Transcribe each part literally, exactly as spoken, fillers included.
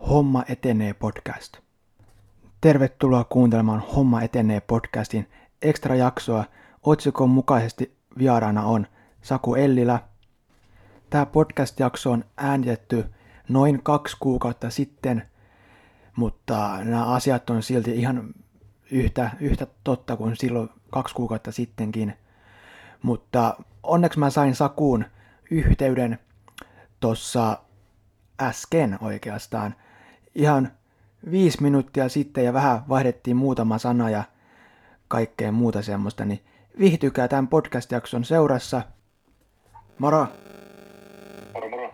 Homma etenee podcast. Tervetuloa kuuntelemaan Homma etenee podcastin extra jaksoa. Otsikon mukaisesti vieraana on Saku Ellilä. Tämä podcast-jakso on äänitetty noin kaksi kuukautta sitten, mutta nämä asiat on silti ihan yhtä, yhtä totta kuin silloin kaksi kuukautta sittenkin. Mutta onneksi mä sain Sakuun yhteyden tuossa äsken oikeastaan. Ihan viisi minuuttia sitten ja vähän vaihdettiin muutama sana ja kaikkea muuta semmoista, niin viihtykää tämän podcast-jakson seurassa. Moro! Moro moro.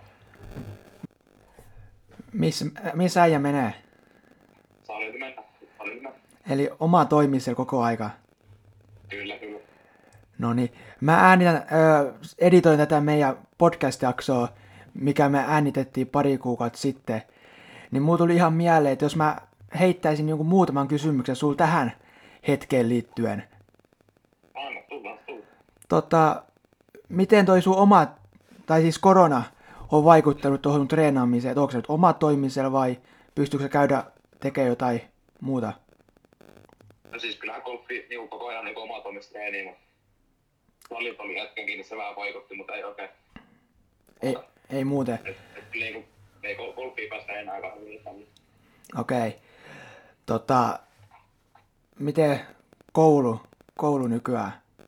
Miss, missä äijä menee? Saa nyt mennä. Saa nyt mennä. Eli oma toimisella koko aika. Kyllä, kyllä. No niin, mä äänitän, ö, editoin tätä meidän podcast-jaksoa, mikä me äänitettiin pari kuukautta sitten. Niin mulla tuli ihan mieleen, että jos mä heittäisin jonkun muutaman kysymyksen sulla tähän hetkeen liittyen. Anna tulla, tulla. Tota, miten toi sun oma, tai siis korona, on vaikuttanut tuohon sun treenaamiseen? Et onko se nyt oma toimisella vai pystyykö sä käydä tekemään jotain muuta? No siis kyllähän golfi niin koko ajan niin omaa toimista treeniä, mutta valit oli hetkenkin, niin se vähän vaikutti, mutta ei oikein. Ei, ei muuten. Et, et, niin kuin, ei gol- golfiin päästä enää kahville. Okei. Okay. Tota, miten koulu, koulu nykyään?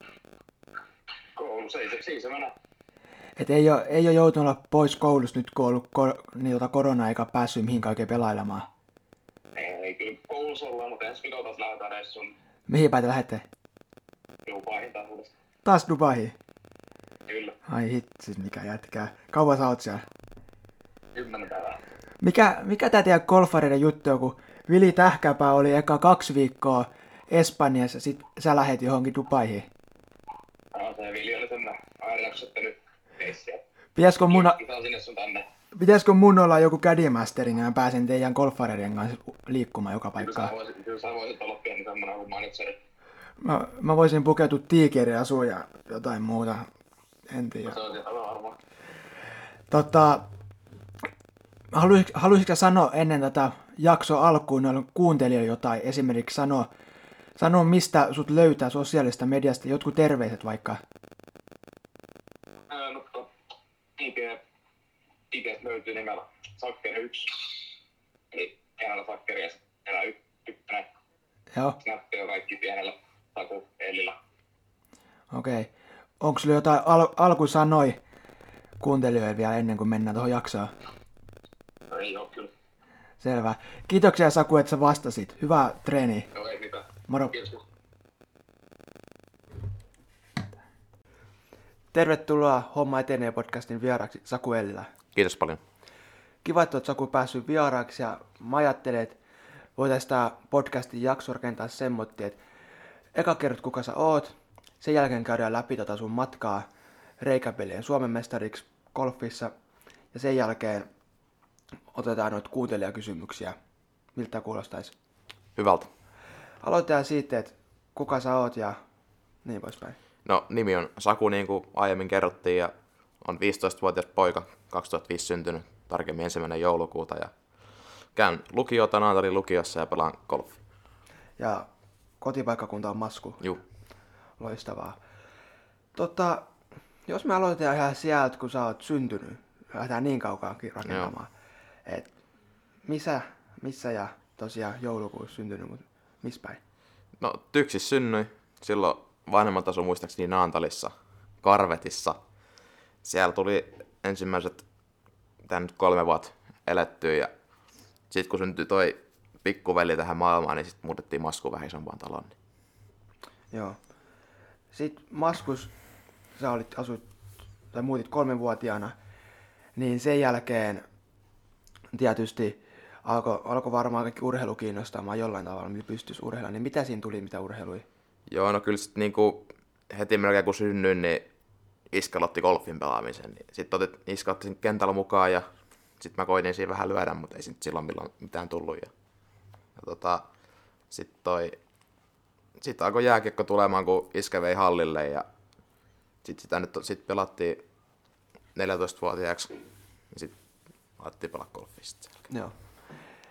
Koulu seiseksi se mennä. Et ei ole, ei ole joutunut olla pois koulusta nyt, kun on ollut kor, niin tota korona eikä päässyt mihinkään oikein pelailemaan. Ei, ei kyllä koulussa ollaan, mutta ensi viikolla taas lähdetään reissuun. Mihin päin te lähette? Dubaihin taas uudestaan. Taas Dubaihin? Kyllä. Ai hitsis, mikä jätkää. Kauan sä oot siellä? Kymmenen päivää. Mikä, mikä tää teidän golfareiden juttu on, kun Vili Tähkäpää oli eka kaksi viikkoa Espanjassa, sit sä lähet johonkin Dubaihin. No, se Vili oli semmoinen airjaksottely meissiä. Pitäisikö mun, Kiitos sinne sun tänne. pitäisikö mun olla joku caddy-mastering ja mä pääsen teidän golfareiden kanssa liikkumaan joka Kyllä sä paikkaan? voisit, kyllä sä voisit olla pieni semmoinen kuin manitseri. Mä, mä voisin pukeutua tiikeriasuun ja jotain muuta. En tiedä. Se on sieltä varmaan. Tota, haluais, haluaisitko sanoa ennen tätä jaksoa alkuun noille kuuntelijoille jotain? Esimerkiksi sanoa, sanoa, mistä sut löytää sosiaalista mediasta, jotkut terveiset vaikka. Ää, no, to, I G, I G löytyy nimellä Sakkeri yksi. Eli pienellä Sakkeri ja enää y- ykkönen. Joo, Snappi on kaikki pienellä Saku Ellillä. okei. Okay. Onko sulla jotain al- alkusanoi kuuntelijoille vielä ennen kuin mennään tuohon jaksoon? No, ei oo kyllä. Selvä. Kiitoksia Saku, että sä vastasit. Hyvää treeniä. Joo, ei mitään. Moro. Kiitos. Tervetuloa Homma etenee podcastin vieraaksi Saku Ellilä. Kiitos paljon. Kiva, että oot Saku päässyt vieraaksi ja mä ajattelen, että voitaisiin tää podcastin jakso rakentaa semmoittiin, että eka kerrot kuka sä oot, sen jälkeen käydään läpi tota sun matkaa reikäpelien Suomen mestariksi golfissa ja sen jälkeen otetaan noita kuuntelijakysymyksiä. Miltä tää kuulostaisi? Hyvältä. Aloitetaan siitä, että kuka sä oot ja niin poispäin. No, nimi on Saku, niin kuin aiemmin kerrottiin, ja on viisitoistavuotias poika, kaksituhattaviisi syntynyt, tarkemmin ensimmäinen joulukuuta, ja käyn lukiota Naantalin lukiossa ja pelaan golfia. Ja kotipaikkakunta on Masku. Juu. Loistavaa. Tota, jos me aloitetaan ihan sieltä, kun sä oot syntynyt, lähdetään niin kaukaankin rakentamaan. Et missä, missä ja tosiaan joulukuussa syntynyt, mutta missä päin? No, Tyksis synnyin. Silloin vanhemmat asu muistaakseni Naantalissa, Karvetissa. Siellä tuli ensimmäiset, tän nyt kolme vuotta elettyä, ja sit kun syntyi toi pikkuveli tähän maailmaan, niin sit muutettiin Maskuun vähän isompaan taloon. Joo. Sitten Maskus, sä olit, asuit, tai muutit kolmenvuotiaana, niin sen jälkeen tietysti alkoi alko varmaan kaikki urheilu kiinnostamaan jollain tavalla, mitä pystyisi urheilemaan. Niin mitä siinä tuli, mitä urheilui? Joo, no kyllä sit niinku heti melkein kun synnyin, niin iskä aloitti golfin pelaamisen. Niin sitten otit, iskä otti sen kentällä mukaan ja sitten mä koitin siinä vähän lyödä, mutta ei siitä silloin milloin mitään tullut. Ja, ja tota, sitten toi, sit alkoi jääkiekko tulemaan, kun iskä vei hallille ja sitten sitä nyt sit pelattiin neljätoistavuotiaaksi ja sitten alettiin pelaa golfista. Joo.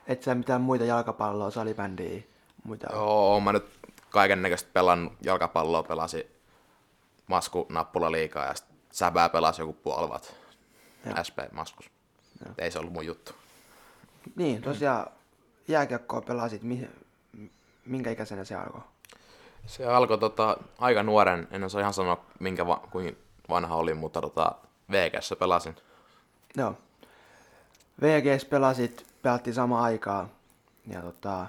Et sä mitään muita jalkapalloa, salibändiä, muita? Joo, oon mä nyt kaiken näköistä pelannut. Jalkapalloa pelasi Masku Nappula liigaa ja sit säbää pelasi joku puolivat. S P Maskus. Ei se ollut mun juttu. Niin, tosiaan jääkiekkoa pelasit. Minkä ikäisenä se alkoi? Se alkoi tota, aika nuoren, en osaa ihan sanoa minkä va- kuin vanha oli, mutta tota, V G:ssä pelasin. Joo. V G:ssä pelasit, pelattiin samaan aikaan. Ja tota,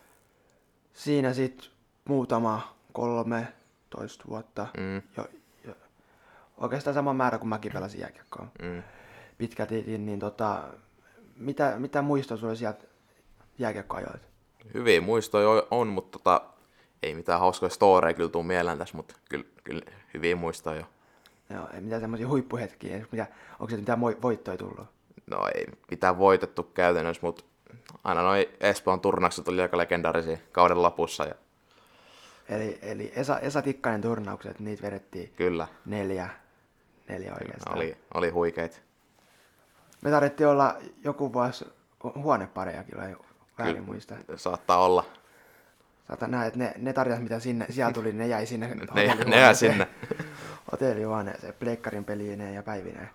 siinä sit muutama kolmetoista vuotta. Mm. Jo, jo, oikeastaan sama määrä kuin mäkin pelasin jääkiekkoa. Mm. Pitkälti, niin tota, mitä, mitä muistoa sulla sieltä jääkiekkoajoilta? Hyviä muistoja on, mutta tota, ei mitään hauskoja storeja kyllä tuu mieleen tässä, mutta kyllä, kyllä hyviä muistoja jo. Joo, ei mitään semmoisia huippuhetkiä, mitä, onko se mitään voittoja tullut? No ei mitään voitettu käytännössä, mutta aina noi Espoon turnaukset oli aika legendaarisia kauden lopussa. Ja... Eli, eli Esa, Esa Tikkanen turnaukset, niitä vedettiin Kyllä. neljä, neljä oikeastaan. Oli, oli huikeita. Me tarvittiin olla joku vuosi huoneparejakin, ei väärin muista. Saattaa olla. Saatan nähdä, että ne, ne tarjat, mitä sinne, siellä tuli, ne jäi sinne Ne, ne jää sinne. Hotellihuoneeseen, pleikkarin peliineen ja päivineen.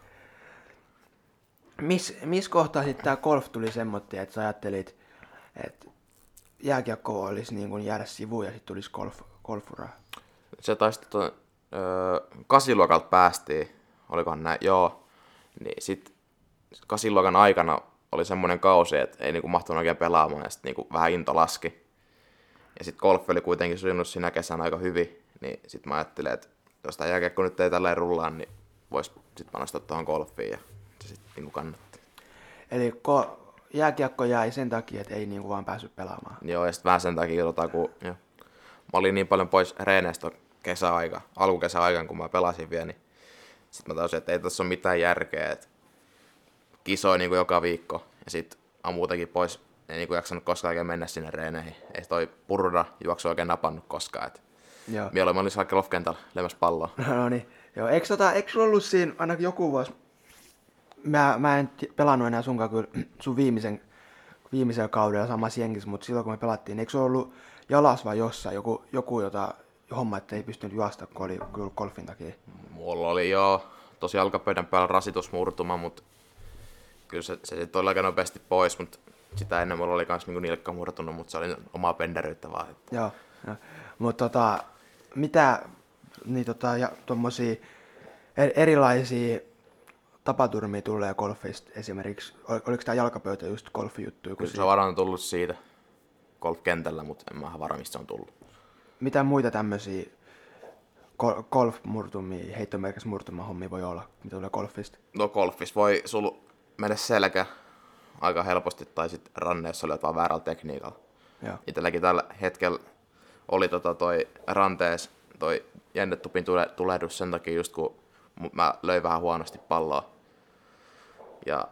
Miss, missä kohtaa sitten tämä golf tuli semmoinen, että sä ajattelit, että jääkiekko olisi niin kuin jäädä sivuun ja sitten tulisi golf, golfura? Se taisi tuon öö, kasiluokalta päästiin, olikohan näin, joo. Niin sit kasiluokan aikana oli semmoinen kausi, että ei niinku mahtunut oikein pelaamaan ja sit niinku vähän into laski. Ja sit golf oli kuitenkin sujunut siinä kesänä aika hyvin, niin sit mä ajattelin, että jos tää jääkiekko nyt ei tälleen rullaa, niin vois sit panostaa tuohon golfiin ja se sit niinku kannatti. Eli ko- jääkiekko jäi sen takia, että ei niinku vaan päässyt pelaamaan. Joo, ja sit vähän sen takia, tota, kun jo, mä olin niin paljon pois reeneistä kesäaika, alkukesäaikaan, kun mä pelasin vielä, niin sit mä tajusin, että ei tässä ole mitään järkeä, että kisoi niinku joka viikko, ja sit on muutenkin pois, ei niinku jaksanut koskaan oikein mennä sinne reeneihin. Ei toi purda juoksu oikein napannut koskaan, et Joo. mieluummin olisi vaikka golfkentällä lemässä palloa. No niin, joo. Eikö, tota, eikö sulla ollut siinä ainakin joku vuosi, mä, mä en t- pelannut enää sunkaan kyllä sun viimeisen, viimeisellä kaudella samassa jengissä, mutta silloin kun me pelattiin, eikö sulla ollut jalas vai jossain joku, joku jota homma, että ei pystynyt juosta, kun oli kyllä golfin takia? Mulla oli jo tosi jalkapöydän päällä rasitusmurtuma, mutta kyllä se, se sitten oli aika nopeasti pois, mutta sitä ennen mulla oli kans niinku nilkka murtunut, mutta se oli omaa penderyyttä vaan. Että... Joo, no. Mutta tota, mitä niin tota, ja, tommosia er, erilaisia tapaturmia tulee golfista esimerkiksi? Ol, oliko tää jalkapöytä just golfijuttuja? Kyllä se on varmaan tullut siitä golfkentällä, mutta en mä ihan varma, mistä se on tullut. Mitä muita tämmöisiä gol- golf-murtumia, heittomerkissä murtuma-hommia voi olla, mitä tulee golfista? No golfissa voi sul mennä selkä aika helposti, tai sitten ranneessa oli jotain väärällä tekniikalla. Joo. Itselläkin tällä hetkellä oli tota toi rantees, toi jännetupin tule, tulehdus sen takia just kun mä löin vähän huonosti palloa. Ja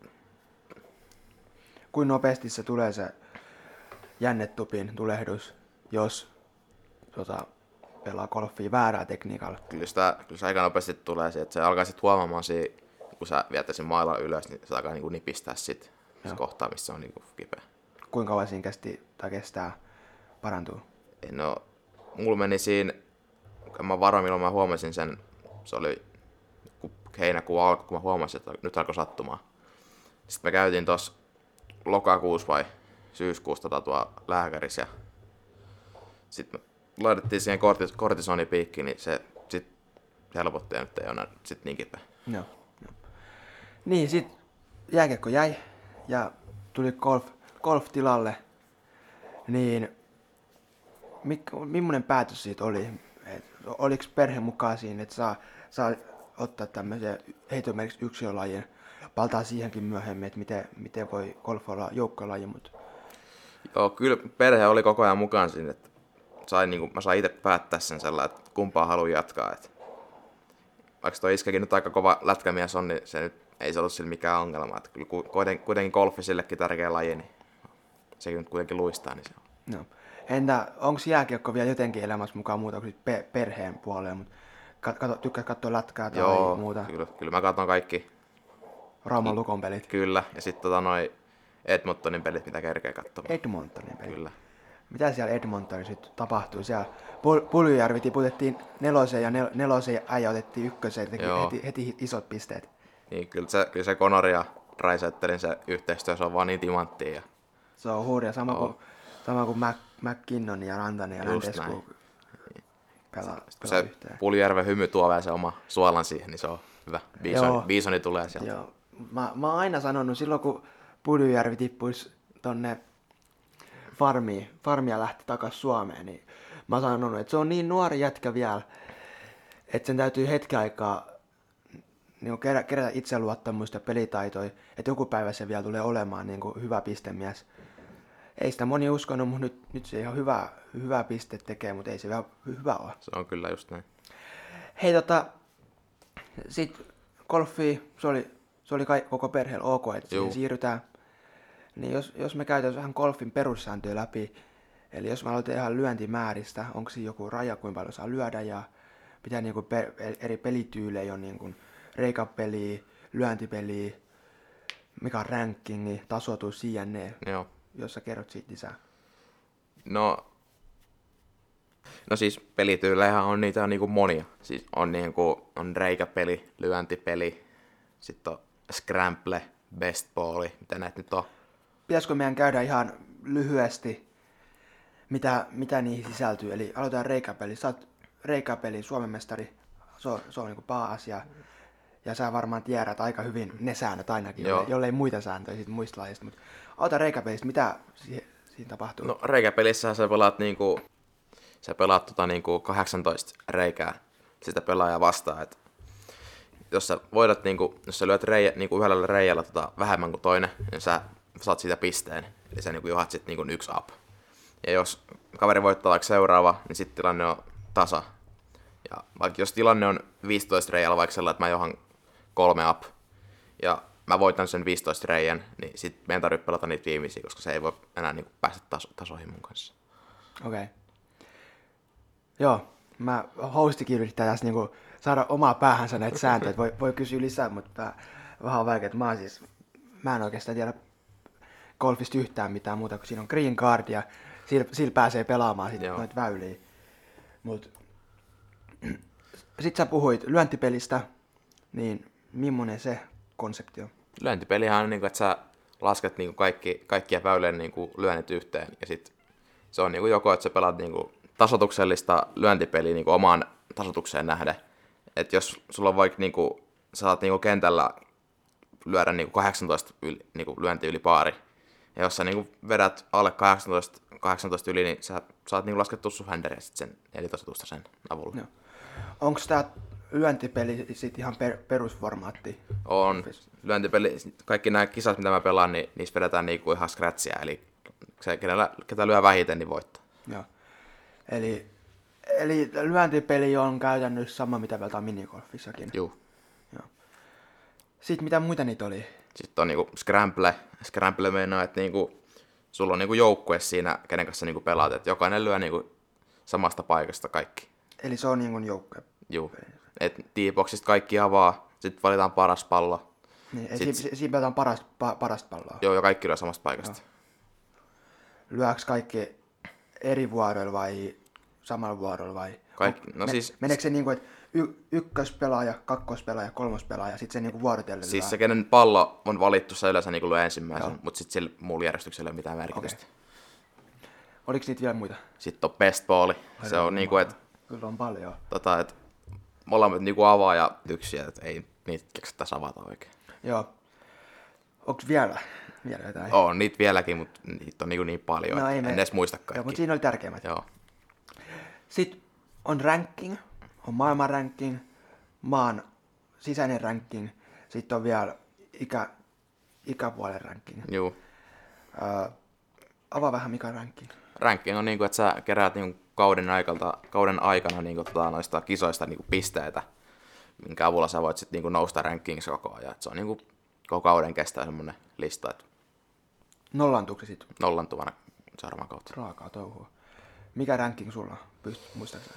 Kuinka nopeasti se tulee se jännetupin tulehdus, jos tota, pelaa golfia väärää tekniikalla? kyllä, sitä, kyllä se aika nopeasti tulee siihen, että se alkaa sitten huomaamaan siinä, kun sä vietät sen mailla ylös, niin se alkaa niinku nipistää sit se kohtaa, missä on niinku kipeä. Kuinka kauan siinä kesti, tai kestää parantua? No, mulla meni siinä, kun mä varoin, milloin mä huomasin sen, se oli heinäkuun alku, kun mä huomasin, että nyt alkoi sattumaan. Sitten me käytiin tuossa lokakuussa vai syyskuussa tota tuo lääkärissä ja sitten me laitettiin siihen kortis- kortisonipiikkiin, niin se sit helpotti ja nyt ei ole sit niin kipeä. Joo. Joo. Niin, sit jääkiekko jäi ja tuli golf, golf tilalle. Niin, mik, millainen päätös siitä oli? Et, oliko perhe mukaan siinä, että saa, saa ottaa tämmöisen heitomerkiksi yksilölajin? Palataan siihenkin myöhemmin, että miten, miten voi golf olla joukkolaji, mutta... Joo, kyllä perhe oli koko ajan mukaan siinä, että sain, niin kuin, mä sain itse päättää sen sellainen, että kumpaa haluan jatkaa. Että vaikka tuo iskäkin nyt aika kova lätkämies on, niin se nyt ei se ollut sillä mikään ongelma. Että kyllä kuitenkin, kuitenkin golfi sillekin tärkeä laji, niin sekin nyt kuitenkin luistaa, niin se on. No. Entä onko jääkiekko vielä jotenkin elämässä mukaan muuta kuin pe- perheen puoleen, mutta kat- tykkää katsoa lätkää tai Joo, muuta? Kyllä, kyllä mä katson kaikki. Rauman Lukon pelit. Kyllä, ja sitten tota noi Edmontonin pelit, mitä kerkee katsomaan. Edmontonin peli. Kyllä. Mitä siellä Edmontonissa nyt tapahtui? Siellä Pul- Puljujärvi tiputettiin neloseen ja nel- neloseen äijä otettiin ykköseen, teki heti, heti isot pisteet. Niin, kyllä se, kyllä se Conor ja Draisaitlin se yhteistyö, se on vaan niin timanttia. Ja... Se on hurja, sama oh. kuin, sama kuin Mac, McKinnon ja Rantanen ja Just Landesku pelaa, kun pelaa se yhteen. Puljujärven hymy tuo vielä se oma suolan siihen, niin se on hyvä. Biisoni, biisoni tulee sieltä. Joo. Mä, mä oon aina sanonut silloin, kun Puljujärvi tippuisi tonne farmiin, farmia lähti takas Suomeen, niin mä oon sanonut, että se on niin nuori jätkä vielä, että sen täytyy hetken aikaa niin kerä, kerätä itseluottamusta ja pelitaitoja, että joku päivä se vielä tulee olemaan niin kuin hyvä pistemies. Ei sitä moni uskonut, mutta nyt, nyt se ihan hyvä, hyvä piste tekee, mutta ei se vielä hyvä ole. Se on kyllä just näin. Hei tota, sit golfi, se oli, se oli kai, koko perheellä ok, että siihen siirrytään. Niin jos, jos me käytäisiin vähän golfin perussääntöjä läpi, eli jos me aloitetaan ihan lyöntimääristä, onko siinä joku raja, kuinka paljon saa lyödä ja mitä niinku per, eri pelityylejä on niinku reikapeliä, lyöntipeliä, mikä on rankingi, tasoitus, jne. Joo. Jos sä kerrot siitä lisää. No, no siis pelityylejähän on niitä on niinku monia. Siis on, niinku, on reikäpeli, lyöntipeli, sitten on scramble, best balli, mitä näitä nyt on. Pitäisikö meidän käydä ihan lyhyesti, mitä, mitä niihin sisältyy? Eli aloitetaan reikäpeli. Sä oot reikäpeli Suomen mestari, se on, se on niinku pääasia. Ja sä varmaan tiedät aika hyvin ne säännöt ainakin, Joo. jollei muita sääntöjä siitä muista lajeista. Mutta aloita reikäpelistä, mitä si- siinä tapahtuu? No reikäpelissä sä pelaat niinku, sä pelaat tota niinku kahdeksantoista reikää sitä pelaajaa vastaan. Et jos sä voidat, niinku, jos sä lyöt reijä, niinku yhdellä reijällä tota vähemmän kuin toinen, niin sä saat siitä pisteen. Eli sä niinku johat sit niinku yksi up. Ja jos kaveri voittaa vaikka seuraava, niin sitten tilanne on tasa. Ja vaikka jos tilanne on viisitoista reijällä vaikka sellainen, että mä johan kolme up, ja mä voitan sen viisitoista reijän, niin sit meidän tarvitsee pelata niitä viimeisiä, koska se ei voi enää niinku päästä taso- tasoihin mun kanssa. Okei. Okay. Joo, mä hostikin yrittää tässä niinku saada omaa päähänsä näitä sääntöjä, voi, voi kysyä lisää, mutta vähän on vaikea, mä, siis, mä en oikeastaan tiedä golfista yhtään mitään muuta, kun siinä on green card ja sillä, sillä pääsee pelaamaan sit noita väyliä. Mut sit sä puhuit lyöntipelistä, niin millainen se konsepti on? Lyöntipelihän on niinku, että sä lasket niinku kaikki, kaikkia väylien niinku lyönnit yhteen, ja sit se on niinku joko, että sä pelaat niinku tasoituksellista lyöntipeliä niinku omaan tasoitukseen nähden. Et jos sulla on vaikka niinku, sä saat niinku kentällä lyödä niinku kahdeksantoista yli, niinku lyönti yli paari, ja jos sä niinku vedät alle kahdeksantoista, kahdeksantoista yli, niin sä saat niinku laskettua sun händeriä sit sen nelitasoitusta sen avulla. Joo. Onko tää lyöntipeli sit ihan per, perusformaatti? On. Lyöntipeli, kaikki nämä kisat, mitä mä pelaan, niin niissä vedetään niinku ihan scratchia, eli se, kenellä, ketä lyö vähiten, niin voittaa. Joo. Eli, eli lyöntipeli on käytännössä sama, mitä pelataan minigolfissakin. Juu. Joo. Sitten mitä muita niitä oli? Sitten on niinku scramble. Scramble meinaa, että niinku, sulla on niinku joukkue siinä, kenen kanssa niinku pelaat, että jokainen lyö niinku samasta paikasta kaikki. Eli se on niin kuin joukkue. Juu. Et T-boxista kaikki avaa, sitten valitaan paras pallo. Niin, sit, si- siinä pelataan parasta, pa, parasta palloa. Joo, ja kaikki lyö samasta paikasta. Lyöks kaikki eri vuoroilla vai samalla vuorolla vai? Kaikki, no Me, siis, meneekö se niin kuin, että y- ykköspelaaja, kakkospelaaja, kolmospelaaja, sitten se niin kuin vuorotellen siis lyö? se, kenen pallo on valittu, se yleensä niinku lyö ensimmäisen, Joo. mutta sitten sillä muulla järjestyksellä ei ole mitään merkitystä. Okay. Oliko niitä vielä muita? Sitten on best balli. Se on niinku, että Kyllä on paljon. tota, et molemmat niinku avaa ja tyksiä, että ei niitä keksittäisi avata oikein. Joo. Onko vielä, vielä jotain? On niitä vieläkin, mutta niitä on niinku niin paljon, No, no, ei en me... edes muista kaikki. Joo, mutta siinä oli tärkeimmät. Joo. Sitten on ranking, on maailman ranking, maan sisäinen ranking, sitten on vielä ikä, ikäpuolen ranking. Juu. Öö, avaa vähän mikä on ranking. Ranking on niinku, että sä keräät niinku kauden, aikalta, kauden aikana niinku tota, noista kisoista niinku pisteitä, minkä avulla sä voit sit niinku nousta rankingissa koko ajan. Et se on niinku koko kauden kestää semmonen lista, että Nollantuuko se sit? nollantuvana seuraavan kautta. Raakaa touhua. Mikä ranking sulla on? Pyst- muistaakseni?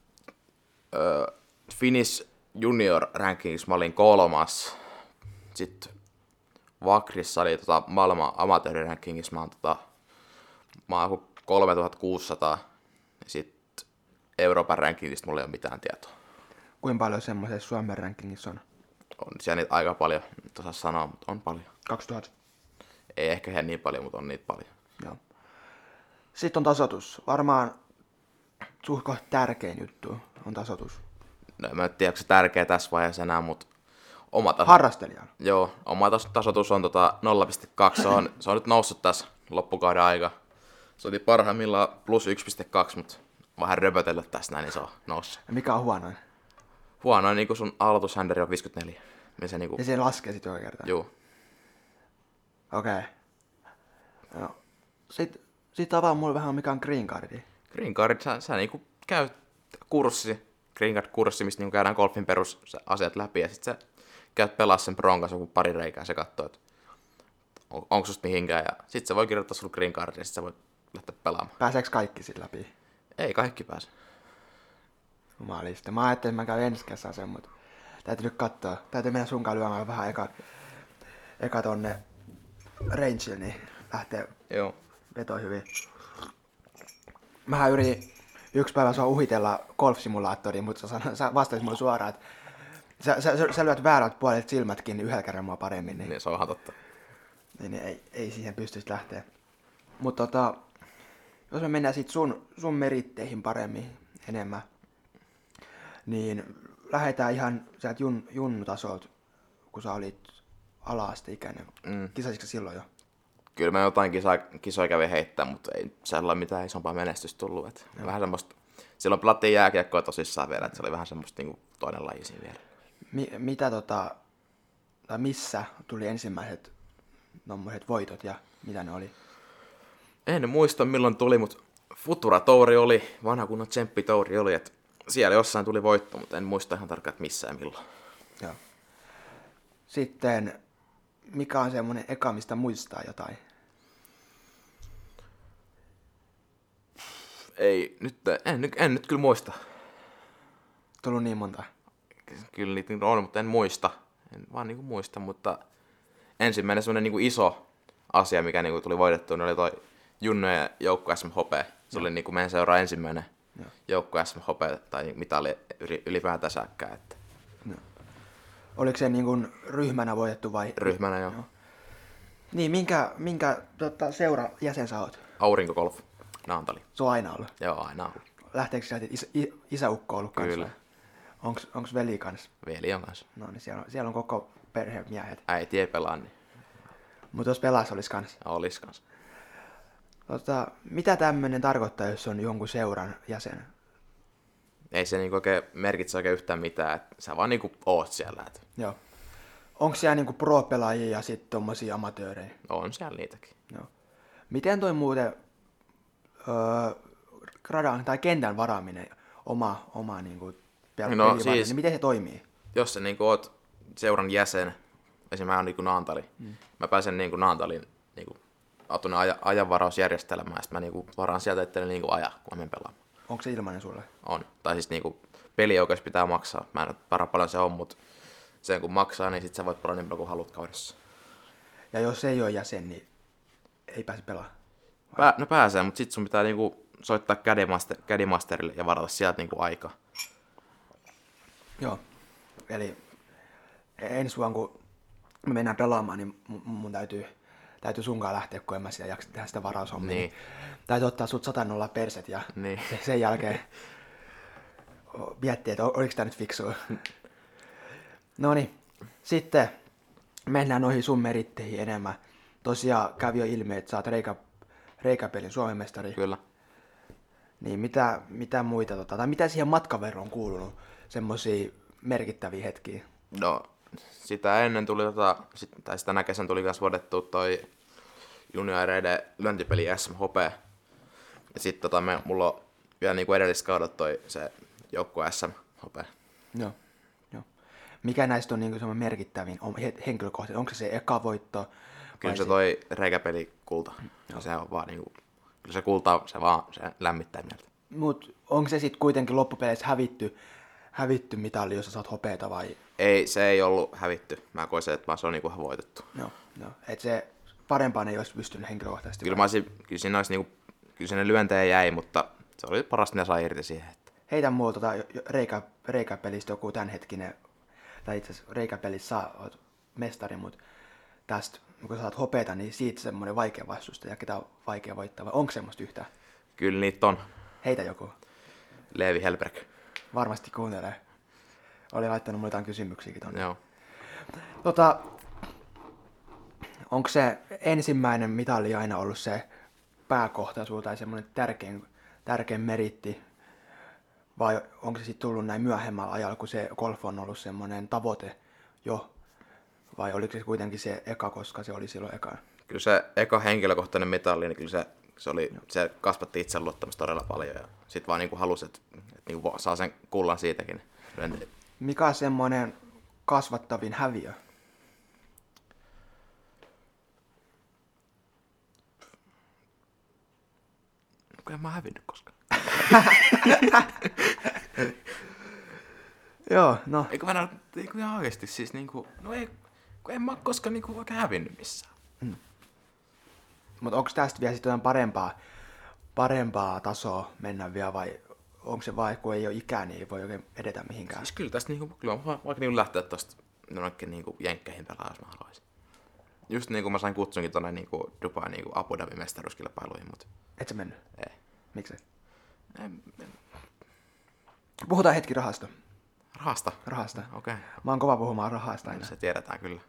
Öö, Finnish Junior Rankings mä olin kolmas. Sitten Vakrissa oli tota, maailman amatöörirankingissa, mä oon tota, mä oon kolmetuhattakuusisataa, ja sit Euroopan rankingista mulla ei ole mitään tietoa. Kuinka paljon semmoisessa Suomen rankingissa on? On siellä niitä aika paljon, nyt osaa sanoa, mutta on paljon. kaksituhatta. Ei ehkä ihan niin paljon, mutta on niitä paljon. Joo. Sitten on tasoitus. Varmaan suhko tärkein juttu on tasoitus. No, mä en tiedä, onko se tärkeä tässä vaiheessa enää, mutta oma taso... Harrastelijana. Joo, oma tas- tasoitus on tota nolla pilkku kaksi. Se on, se on nyt noussut tässä loppukauden aika. Se oli parhaimmillaan plus yksi pilkku kaksi, mutta vähän röpötellyt tässä näin, niin se on noussut. Ja mikä on huonoin? Huonoin, niin kun sun aloitushänderi on viisikymmentäneljä. Niin se niinku... Ja se laskee sitten joka kerta. Juu. Okei. Okay. No. Sitten sit avaa mulle vähän mikä on green cardi. Green Card, sä, sä niinku käyt kurssi, Green Card-kurssi, mistä niinku käydään golfin perusasiat läpi, ja sit sä käyt pelaa sen pron kanssa joku pari reikää, ja sä katsoo, että on, onko susta mihinkään, ja sit sä voi kirjoittaa sulle Green Card, ja sit sä voit lähteä pelaamaan. Pääseekö kaikki sit läpi? Ei kaikki pääse. Jumalista. Mä ajattelin, että mä käyn ensi kesän sen, mutta täytyy nyt katsoa. Täytyy mennä sunkaan lyömään vähän eka, eka tonne rangelle, niin lähtee Joo. vetoon hyvin. Mähän yritin yksi päivä sua uhitella golf-simulaattoriin, mutta sä, sä vastasit mulle suoraan, että sä, sä, sä lyöt väärät puolet silmätkin niin yhdellä kerralla mua paremmin. Niin, Niin se on ihan totta. niin, niin ei, ei siihen pystyisi lähteä. Mutta tota, jos me mennään sit sun, sun meritteihin paremmin, enemmän, niin lähdetään ihan sieltä jun, junnutasolta, kun sä olit ala-asteikäinen. Mm. Kisasitko sä silloin jo? Kyllä mä jotain kisoja, kisoja kävin heittää, mutta ei sellainen mitään isompaa menestystä tullut. Et vähän semmoista, silloin pelattiin jääkiekkoa tosissaan vielä, että se oli vähän semmoista niinku toinen laji siinä vielä. Mi- mitä tota, tai missä tuli ensimmäiset tommoset voitot ja mitä ne oli? En muista milloin tuli, mutta Futura Touri oli, vanha kunnon Tsemppi Touri oli, että siellä jossain tuli voitto, mutta en muista ihan tarkkaan, että missä ja milloin. Joo. Sitten, mikä on semmonen eka, mistä muistaa jotain? Ei, nyt, en, en nyt kyllä muista. Tullut niin monta. Kyllä niitä on, mutta en muista. En vaan niinku muista, mutta ensimmäinen semmoinen niinku iso asia, mikä niinku tuli voitettua, niin oli toi Junnojen joukko S M H P. Se oli niinku meidän seuraa ensimmäinen joukko S M H P, tai mitali ylipäätään säkkää. Että... No. Oliko se niin kuin ryhmänä voitettu vai? Ryhmänä, joo. No. Niin, minkä, minkä tota, seura jäsen sä oot? Aurinkokolf, Naantali. Se on aina ollut. Joo, aina ollut. Lähteekö sieltä isä, isäukko ollut kanssa? Kyllä. Onks, onks veli kanssa? Veli on kanssa. No niin, siellä on, siellä on koko perhe miehet. Äiti ei pelaa, niin Mutta jos pelas olis kanssa. olis kanssa. Tota, mitä tämmönen tarkoittaa, jos on jonkun seuran jäsen? Ei se niinku oikein merkitse oikein yhtään mitään, että sä vaan niinku oot siellä. Et Joo. Onko siellä niinku pro-pelaajia ja sitten tommosia amatöörejä? on siellä niitäkin. Joo. Miten toi muuten öö, gradan tai kentän varaaminen oma, oma niinku pel- No, pelivarten, siis- niin miten se toimii? Jos sä niinku oot seuran jäsen, esimerkiksi mä oon niinku Naantali, mm. mä pääsen niinku Naantalin niinku tuonne aja, ajanvarausjärjestelmään, ja sit mä niinku varaan sieltä itselle niinku aja, kun mä menen pelaamaan. Onko se ilmainen sulle? On. Tai siis niinku pelioikeus pitää maksaa. Mä en ole varaa paljon se on, mutta sen kun maksaa, niin sit sä voit pelaa niin paljon kuin haluat kaudessa. Ja jos ei ole jäsen, niin ei pääse pelaamaan. Pää, no pääsee, mutta sit sun pitää niinku soittaa Caddymaster, Caddymasterille ja varata sieltä niinku aika. Joo. Eli ensi vuonna, kun me mennään pelaamaan, niin mun, mun täytyy, täytyy sunkaan lähteä, kun en mä sitä jaksa tehdä sitä varaushommia. Niin. Täytyy ottaa sut sata nolla perset ja Niin. sen jälkeen miettiä, että oliko tää nyt fiksua. No niin, sitten mennään noihin sun meritteihin enemmän. Tosiaan kävi jo ilmi, että sä oot reikä, reikäpelin Suomen mestari. Kyllä. Niin mitä, mitä muita, tota, tai mitä siihen matkaveroon on kuulunut semmosia merkittäviä hetkiä? No, sitä ennen tuli tota, sit, tai sitä tänä kesän tuli myös vuodettu toi junioreiden lyöntipeli S M H P. Ja sit tota, me, mulla on vielä niinku edelliskaudet toi se joukkue S M H P. Joo, joo. Mikä näistä on niinku semmoinen merkittävin on, he, henkilökohtaisesti? Onko se se eka voitto? Kyllä vai se toi reikäpeli kulta. Ja se on vaan niinku, kyllä se kulta, se vaan se lämmittää mieltä. Mut onko se sitten kuitenkin loppupeleissä hävitty, hävitty mitalli, jos sä saat hopeeta vai? Ei, se ei ollut hävitty. Mä koin se, että vaan se on niinku ihan voitettu. Joo, No, et se parempaan ei olisi pystynyt henkilökohtaisesti. Kyllä, mä olisin, kyllä, siinä olisi, niinku, kyllä sinne lyöntejä jäi, mutta se oli parasta, mitä sai irti siihen. Että... Heitä mulla tota reikä, reikäpelistä joku tämänhetkinen, tai itse asiassa reikäpelissä saa, oot mestari, mutta tästä, kun saat hopeeta, niin siitä semmoinen vaikea vastusta ja ketä on vaikea voittaa, vai onko semmoista yhtään? Kyllä niitä on. Heitä joku. Leevi Helberg. Varmasti kuuntelee. Oli laittanut mulle jotain kysymyksiäkin tonne. Joo. Tota, onko se ensimmäinen mitali aina ollut se pääkohta sulla tai semmoinen tärkein, tärkein meritti? Vai onko se sitten tullut näin myöhemmällä ajalla, kun se golf on ollut semmoinen tavoite jo? Vai oliko se kuitenkin se eka, koska se oli silloin eka? Kyllä se eka henkilökohtainen mitalli, niin kyllä se, se, oli, se kasvatti itseluottamusta todella paljon. Ja sitten vaan niinku halusi, että, että niinku saa sen kullan siitäkin. Mikä on semmoinen kasvattavin häviö? Kun en mä hävinnyt koskaan. Joo, no. Eikö mä näin, eikö ihan oikeesti siis niinku, no ei, kun en mä oo koskaan niinku oikein hävinnyt missään. Mm. Mutta onko tästä vielä sitten parempaa, parempaa tasoa mennä vielä vai onko se vaan, kun ei ole ikää, niin ei voi oikein edetä mihinkään? Siis kyllä tästä niinku, kyllä mä voin vaikka niinku lähteä tosta jonnekin niinku jenkkeihin pelaa, jos mä haluaisin. Just niinku mä sain kutsunkin tonne niinku Dubai niinku Abu Dhabi mestaruuskilpailuihin, mut... Et sä mennyt? Ei. Miksi? En, en. Puhutaan hetki rahasta. Rahasta? Rahasta. Okei. Okay. Mä oon kova puhumaan rahasta aina. Se tiedetään kyllä.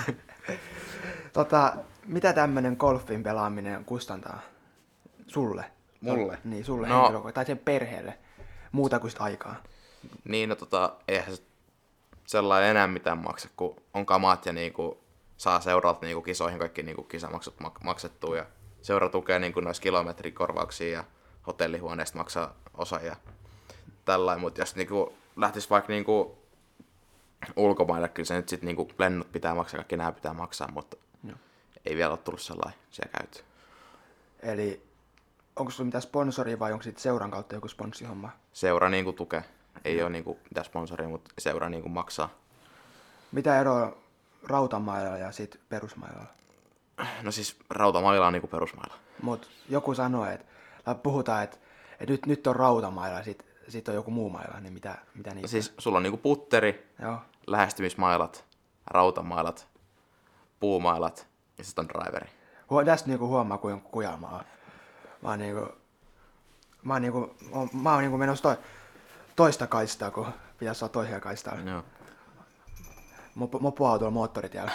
tota, mitä tämmönen golfin pelaaminen kustantaa sulle? Mulle? Niin, sulle no, henkilökohtaisesti, tai sen perheelle. Muuta kuin sitä aikaa. Niin, no tota, eihän se sellainen enää mitään maksa, kun on kamat ja niinku saa seuralta niinku kisoihin kaikki niinku kisamaksut mak- maksettua ja seura tukee niinku noissa kilometrikorvauksia ja hotellihuoneesta maksaa osa ja tällainen, mutta jos niinku lähtisi vaikka niinku ulkomaille, kyllä se nyt sit niinku lennot pitää maksaa, kaikki nämä pitää maksaa, mutta no. Ei vielä ole tullut sellainen siellä käyty. Eli onko sulla mitään sponsoria vai onko sitten seuran kautta joku sponssihomma? Seura niinku tukee. Ei no. ole niinku mitään sponsoria, mutta seura niinku maksaa. Mitä eroa rautamailla ja sit perusmailla? No siis rautamailla on niinku perusmailla. Mut joku sanoo, että puhutaan, että, että nyt, nyt on rautamailla ja sit, sit on joku muu mailla, niin mitä, mitä niitä? Siis sulla on niinku putteri, joo. Lähestymismailat, rautamailat, puumailat ja sitten on driveri. Huo, tästä niinku huomaa, kuinka kujalma on. Mä oon niinku, mä oon niinku, mä oon niinku menossa to, toista kaistaa, kun pitäisi olla toisella kaistaa. Joo. Mopoautolla moottoritiellä.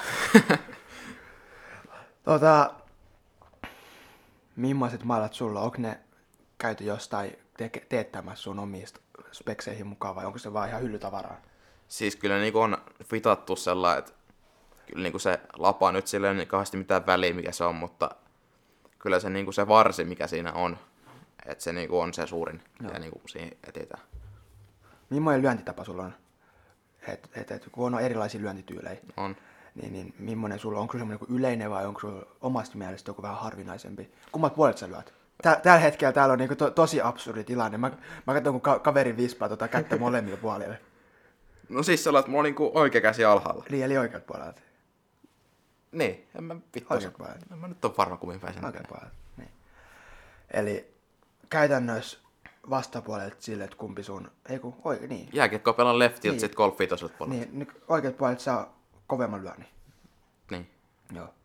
tota, millaiset mailat sulla? Onko ne käyty jostain te- teettämässä sun omista spekseihin mukaan vai onko se vaan ihan hyllytavaraa? Siis kyllä niinku on fitattu sellainen, että kyllä niinku se lapa nyt sillä ei ole kauheasti mitään väliä, mikä se on, mutta kyllä se, niinku se varsi, mikä siinä on, että se niinku on se suurin, ja niinku siihen etsitään. Millainen lyöntitapa sulla on? Et, et, et, kun on erilaisia lyöntityylejä, on. Niin, niin millainen sulla on? Onko sulla semmoinen yleinen vai onko sulla omasta mielestä joku vähän harvinaisempi? Kummat puolet sä lyöt? Tää, tällä hetkellä täällä on niinku to, tosi absurdi tilanne. Mä, mä katson, kun ka- kaveri vispaa tota kättä molemmilla puolille. No siis sellainen, että mulla on niinku oikea käsi alhaalla. Niin, eli oikeat puolet. Niin, en mä vittu. Oikeat puolet. En mä nyt ole varma, kummin päin sen. Oikeat puolet, niin. Eli käytännössä vastapuolet sille, että kumpi sun... Ei kun, oikein, niin. Jääkiekkoa pelaan leftiltä, niin. sit golfia toiselta puolelta. Niin, niin oikeat puolet saa kovemman lyönnin. Niin. Joo.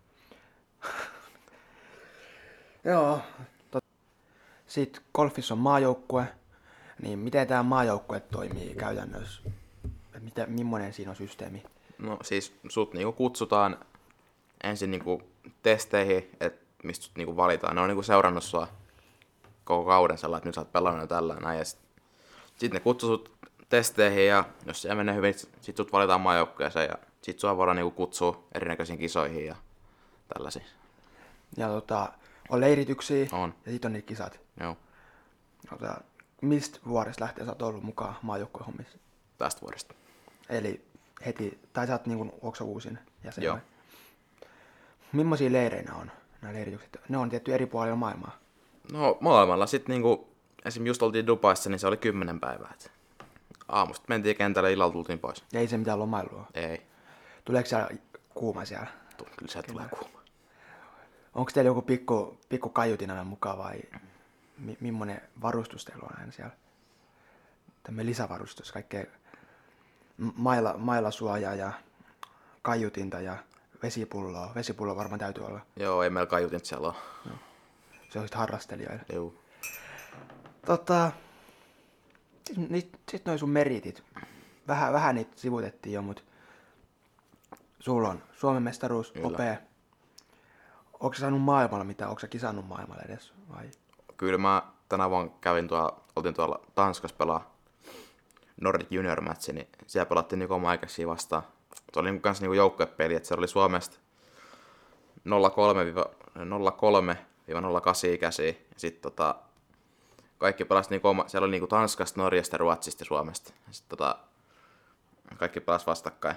Joo. Tot... Sitten golfissa on maajoukkue. Niin miten tämä maajoukkue toimii käytännössä? Mitä, millainen siinä on systeemi? No siis sut niinku kutsutaan ensin niinku testeihin, että mistä sut niinku valitaan. Ne on niinku seurannut sua koko kauden sellainen, että nyt sä oot pelannut jo tällä näin. Ja sit, sit ne kutsuu sut testeihin ja jos se menee hyvin, sit sut valitaan maajoukkueeseen ja sit sua voidaan niinku kutsua erinäköisiin kisoihin ja tällaisiin. Ja tota, on leirityksiä On. ja sit on niitä kisat. Joo. Tota, mistä vuodesta lähtien sä oot ollut mukaan maajoukkuehommissa? Tästä vuodesta. Eli heti, tai sä oot niinku, onko sä uusin jäsen? Joo. Vai? Millaisia leireinä on nämä leiritykset? Ne on tietty eri puolilla maailmaa. No maailmalla sit niinku, esim. Just oltiin Dubaissa, niin se oli kymmenen päivää. Et aamusta mentiin kentälle, illalla tultiin pois. Ja ei se mitään lomailua. Ei. Tuleeko siellä kuuma siellä? kyllä se tulee kuuma. Onko teillä joku pikku, pikku kaiutin aina mukaan vai mi, millainen varustus teillä on aina siellä? Tämmöinen lisävarustus, kaikkea maila, mailasuojaa ja kaiutinta ja vesipulloa. Vesipullo varmaan täytyy olla. Joo, ei meillä kaiutin siellä ole. No. Se on sitten harrastelijoille. Joo. Tota, sitten sit noin sun meritit. Vähän, vähän niitä sivutettiin jo, mutta sulla on Suomen mestaruus, Kyllä. opea. Onko sä saanut maailmalla mitään? Onko sä kisannut maailmalla edes? Vai? Kyllä mä tänä vuonna kävin tuolla, oltiin tuolla Tanskassa pelaa Nordic Junior Match, niin siellä pelattiin niinku oma ikäisiä vastaan. Se oli niinku kans niinku joukkuepeli, että se oli Suomesta nolla kolme nolla kahdeksan ikäisiä. Ja sit tota, kaikki pelasi niinku oma, siellä oli niinku Tanskasta, Norjasta, Ruotsista ja Suomesta. Ja sit tota, kaikki pelasi vastakkain.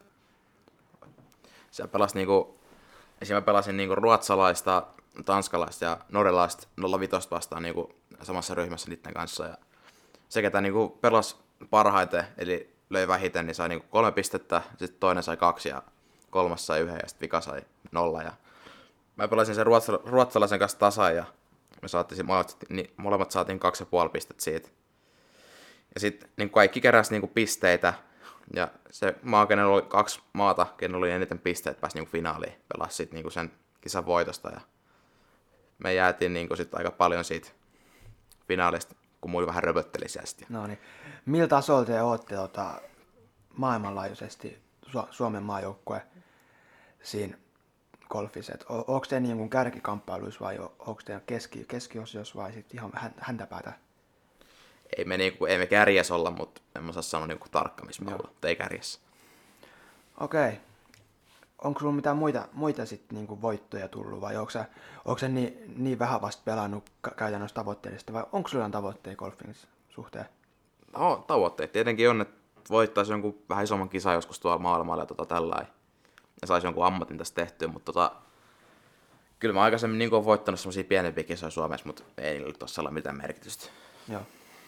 Siellä pelasi niinku, esimerkiksi mä pelasin niinku ruotsalaista, tanskalaista ja norjalaista nolla viisi vastaan niinku samassa ryhmässä niiden kanssa. Ja se, ketä niinku pelasi parhaiten, eli löi vähiten, niin sai niinku kolme pistettä, sitten toinen sai kaksi ja kolmas sai yhden ja sitten vika sai nolla. Ja mä pelasin sen ruotsala- ruotsalaisen kanssa tasan ja me saatiin, molemmat, niin molemmat saatiin kaksi ja puoli pistettä siitä. Ja sitten niin kaikki keräsi niinku pisteitä ja se maa, kenellä oli kaksi maata, kenellä oli eniten pisteet, pääsi niinku finaaliin, pelasi sit niinku sen kisan voitosta. Ja me jäätiin niinku sit aika paljon siitä finaalista, kun muilla vähän röpötteli siellä sitten. No niin. Millä tasolla te ootte tota, maailmanlaajuisesti Su- Suomen maajoukkue siinä golfissa? O- onko te niin kuin kärkikamppailuissa vai onko te keski- keskiosiossa vai sitten ihan hän- häntäpäätä? Ei me, niinku, ei me kärjäs olla, mutta en mä saa sanoa niinku tarkka, missä me ollaan, mutta ei kärjäs. Okei. Okay. Onko sulla mitään muita, muita sit niinku voittoja tullut vai onko sä, onko sä niin, niin vähän vasta pelannut ka- käytännössä tavoitteellisesti vai onko sulla tavoitteita golfin suhteen? No, tavoitteet tietenkin on, että voittaisi jonkun vähän isomman kisan joskus tuolla maailmalla ja tota tällainen. Ja saisi jonkun ammatin tästä tehtyä, mutta tota, kyllä mä aikaisemmin niin olen voittanut semmosia pienempiä kisoja Suomessa, mutta ei niillä tuossa ole mitään merkitystä. Joo.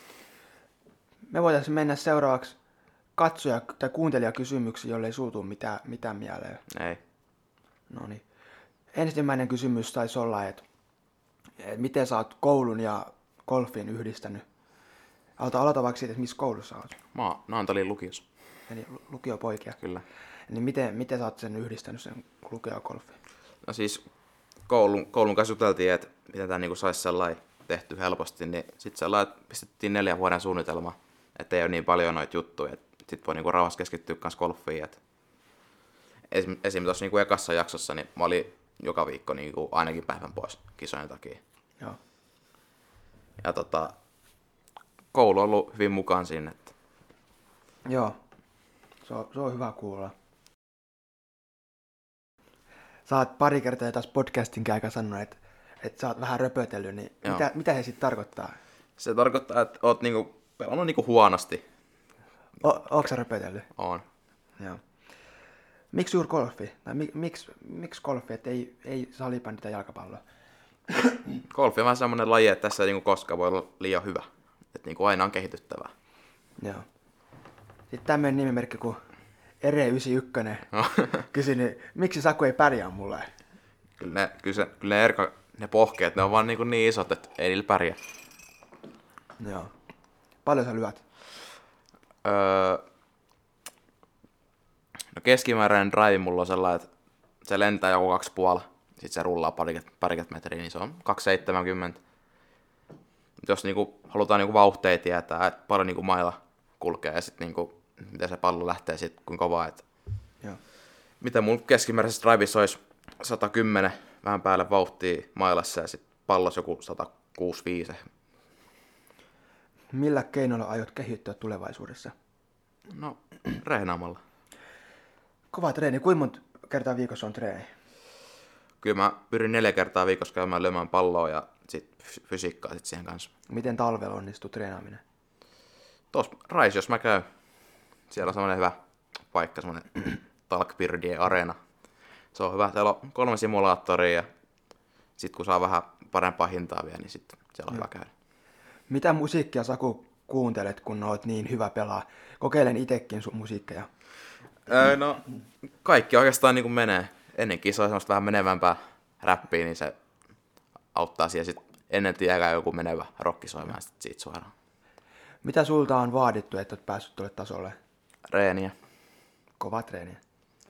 Me voitaisiin mennä seuraavaksi katsoja- tai kuuntelijakysymyksiin, jollei suutu mitään, mitään mieleen. Ei. No niin. Ensimmäinen kysymys taisi olla, että, että miten sä oot koulun ja golfin yhdistänyt? Aloita, aloita vaikka siitä, että missä koulussa oot. Mä oon Naantalin lukiossa. Eli lukiopoikia. Kyllä. Niin miten, miten sä oot sen yhdistänyt sen lukio ja golfin? No siis koulun, koulun kanssa juteltiin, että miten tää niinku saisi sellainen tehty helposti, niin sitten sellainen, että pistettiin neljän vuoden suunnitelma, että ei ole niin paljon noita juttuja, että sit voi niinku rauhassa keskittyä kans golfiin. Et esim. esim. tuossa niinku ekassa jaksossa, niin mä olin joka viikko niinku ainakin päivän pois kisojen takia. Joo. Ja tota, koulu on ollut hyvin mukaan siinä, että Joo. Se on, se on hyvä kuulla. Sä oot pari kertaa taas podcastin käikä sanonut, että, että sä oot vähän röpötellyt, niin mitä, mitä se sitten tarkoittaa? se tarkoittaa, että oot niinku pelannut niinku huonosti. O, ootko sä röpötellyt? On. Joo. Miksi juuri golfi? Tai mi, miksi, miksi golfi, että ei, ei salibändi tai jalkapallo? Golfi on vähän semmoinen laji, että tässä ei niinku koskaan voi olla liian hyvä. Että niinku aina on kehityttävää. Joo. Sitten tämmöinen nimimerkki kuin Ere yhdeksänkymmentäyksi No. kysyi, niin miksi Saku ei pärjää mulle? Kyllä ne, kyllä se, kyllä ne, erka, ne pohkeet, ne on vaan niin, niin isot, että ei niillä pärjää. Joo. Paljon sä lyöt? Öö, no keskimääräinen drive mulla on sellainen, että se lentää joku kaksi puoli, sitten se rullaa parikymmentä, parikymmentä metriä, niin se on kaksi seitsemänkymmentä. Jos niinku, halutaan niinku vauhteja tietää, että paljon niinku mailla kulkee ja sitten niinku, miten se pallo lähtee sitten, kuinka kovaa. Että Joo. mitä mulla keskimääräisessä drivissa olisi sata kymmenen vähän päälle vauhtia mailassa ja sitten pallossa joku sata kuusikymmentäviisi. Millä keinoilla aiot kehittyä tulevaisuudessa? No, rehnaamalla. Kova treeni. Kuinka monta kertaa viikossa on treeni? Kyllä mä pyrin neljä kertaa viikossa käymään lyömään palloa ja sit fysiikkaa sit siihen kanssa. Miten talvella onnistuu treenaaminen? Tuossa Rais, jos mä käyn, siellä on semmoinen hyvä paikka, semmoinen Talkbirdien areena. Se on hyvä, siellä on kolme simulaattoria ja sit kun saa vähän parempaa hintaa vielä, niin sit siellä on Joo. hyvä käydä. Mitä musiikkia Saku kuuntelet, kun oot niin hyvä pelaa? Kokeilen itekin sun musiikkeja. Öö, no, kaikki oikeastaan niin kuin menee. ennen kisoja semmoista vähän menevämpää räppiä, niin se auttaa siihen sitten ennen tiedäkään joku menevä rokki soimaan sitten siitä suoraan. Mitä sulta on vaadittu, että olet päässyt tuolle tasolle? Reeniä. Kova treeniä.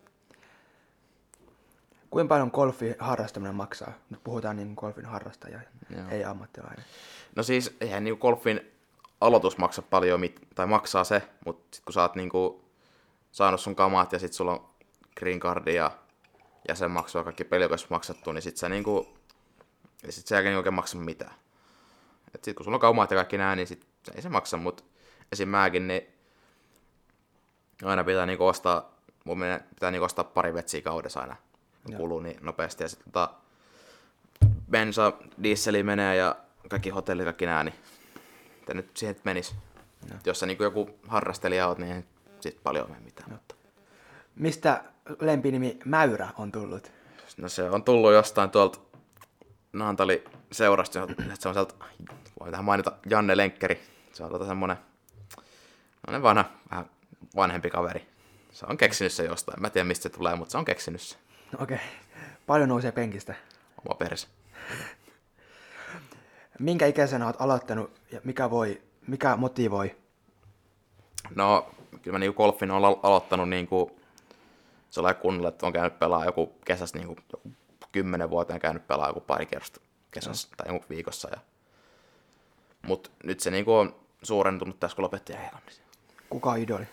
Kuinka paljon golfin harrastaminen maksaa? Nyt puhutaan niin golfin harrastaja, Joo. ei ammattilainen. No siis, eihän niinku golfin aloitus maksa paljon, mit- tai maksaa se, mutta sitten kun sä oot niinku saanut sun kamat ja sit sulla on green cardi ja jäsenmaksua ja kaikki pelikoissa maksettu, niin sit sä niinku, ja sit se jälkeen niinku oikein maksa mitään. Et sit kun sulla on kamat ja kaikki nää, niin sit ei se maksa, mut esim. Mäkin, niin aina pitää niinku ostaa, mun mielestä pitää niinku ostaa pari vetsiä kaudessa aina. Kuluu niin nopeasti ja sitten tota, bensa, dieseli menee ja kaikki hotellit, kaikki nää, niin mitä nyt siihen menis. No. Jos sä niinku joku harrastelija oot, niin sit paljon mene mitään. Mutta. Mistä lempinimi Mäyrä on tullut? No se on tullut jostain tuolta Naantali seurasta, se on sieltä, voin tähän mainita, Janne Lenkkeri. Se on tota semmonen, semmonen vanha, vähän vanhempi kaveri. Se on keksinyt se jostain, mä en tiedä mistä se tulee, mutta se on keksinyt se. Okei. Okay. Paljon nousee penkistä? Oma perse. Minkä ikäisenä olet aloittanut ja mikä, voi, mikä motivoi? No, kyllä mä niinku golfin olen aloittanut niinku sellainen kunnolla, että on käynyt pelaa joku kesässä niinku joku kymmenen vuoteen käynyt pelaa joku pari kerrosta kesässä no. tai joku viikossa. Ja. Mut nyt se niinku on suurentunut tässä, kun lopetti Englannissa. Kuka on idoli?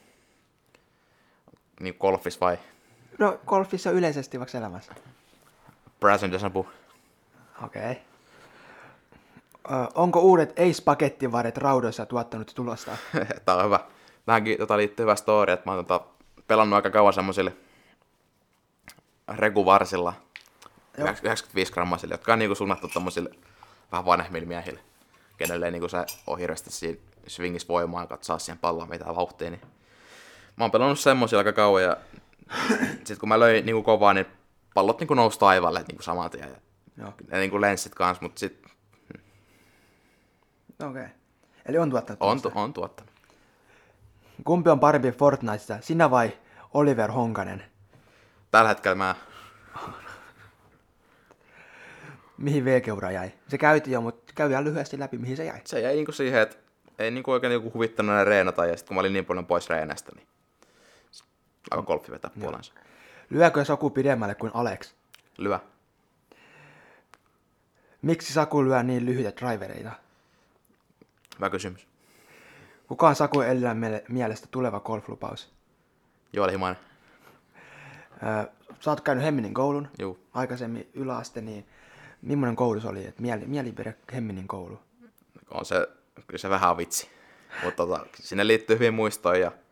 Niin golfissa vai? No golfissa yleisesti vaikka elämässä. Bryson DeChambeau. Okei. Okay. Ö, onko uudet Ace-pakettivaret raudoissa tuottanut tulosta? Tää on hyvä. Tähänkin tota, liittyy hyvä story, että mä oon tota, pelannut aika kauan semmosille reguvarsilla, yhdeksänkymmentäviisi grammaisille, jotka on niinku suunnattu tommosille vähän vanhemmille miehille, kenelle ei niinku se on hirveästi siinä swingissä voimaa, että saa siihen palloon mitään vauhtia. Niin. Mä oon pelannut semmosilla aika kauan ja sit kun mä löin niinku kovaa, niin pallot niinku nousi taivaalle niinku saman tien. Ja ne niinku lenssit kans, mut sit... Okei. Okay. Eli on tuottanut on, tu- on tuottanut. Kumpi on parempi Fortniteissa, sinä vai Oliver Honkanen? Tällä hetkellä mä... Mihin V-keura jäi? Se käytiin jo, mutta käy ihan lyhyesti läpi, mihin se jäi. Se jäi niinku siihen, että ei niinku oikein niinku huvittanut enää reenata, ja sit kun mä olin niin paljon pois reenästä, niin alkoi golfi vetää puolensa. Lyökö Saku pidemmälle kuin Alex? Lyö. Miksi Saku lyö niin lyhyitä drivereita? Hyvä kysymys. Kuka on Saku Ellilän mielestä tuleva golflupaus? Joel Himainen. Öö, sä oot käynyt Hemminin koulun Juu. aikaisemmin yläaste, niin millainen koulu se oli? Et mieli, mielipide Hemminin koulu. On se, kyllä se vähän on vitsi. Mutta tota, sinne liittyy hyvin muistoja. Ja,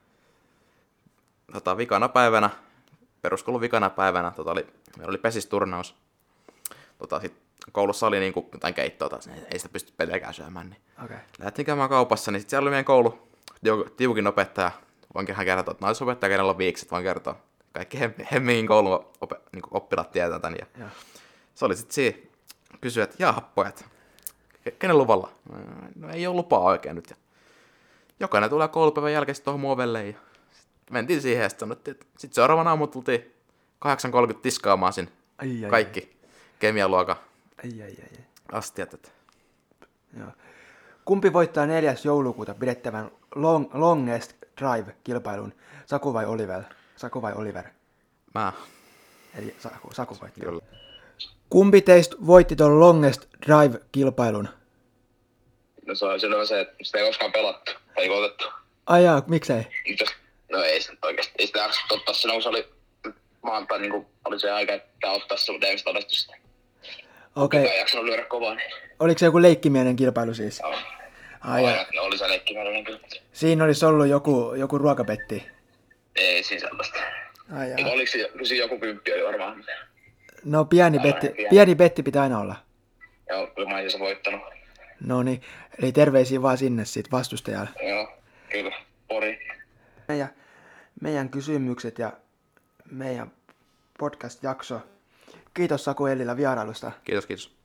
tota, vikana päivänä, peruskoulun vikana päivänä, tota, oli, meillä oli pesisturnaus. Tota, sit koulussa oli niinku jotain keittoa, taas, ei sitä pysty pelejäkään syömään. Niin. Okay. Lähdettiin käymään kaupassa, niin sit siellä oli meidän koulu, tiukin opettaja. Voinkinhan kertoa, että naisopettaja, kenellä on viikset, voin kertoa. Kaikki Hemmingin koulun op- niinku oppilaat tietää tän. Ja ja. Se oli sit siinä, kysyi, että jaha pojat, kenen luvalla? No ei ole lupaa oikein nyt. Ja jokainen tulee koulupäivän jälkeen sit tuohon muovelle ja mentiin siihen ja sitten sanottiin, että sit seuraavana aamulla tultiin kahdeksan kolmekymmentä tiskaamaan sinne ai, ai, kaikki ai. Kemialuokan ai, ai, ai. astiat. Että. Joo. Kumpi voittaa neljäs joulukuuta pidettävän long, Longest Drive-kilpailun, Saku vai Oliver? Saku vai Oliver? Mä. Eli Saku, Saku voitti. Kyllä. Kumpi teistä voitti tuon Longest Drive-kilpailun? No se on, se on se, että sitä ei koskaan pelattu, ei voitettu. Ai jaa, miksei? No ei se oikeasti, ei sitä jaksa ottaa sen, kun se oli maanantai, niin oli se aika, että ottaa se, mutta ei sitä todettu sitä. Okei. Okay. Ei jaksanut lyödä kovaa. Niin. Oliko se joku leikkimielinen kilpailu siis? Joo. Ai no, no, oli se leikkimielinen kyllä. Siinä olisi ollut joku, joku ruokapetti? Ei siinä sellaista. Ai jaa. Eikä oliko se joku kymppi oli varmaan? No pieni betti, pieni. pieni betti pitää aina olla. Joo, kyllä mä en se voittanut. No niin, eli terveisiä vaan sinne sit vastustajalle. Joo, kyllä, Pori. Meidän, meidän kysymykset ja meidän podcast-jakso. Kiitos Saku Ellilä vierailusta. Kiitos, kiitos.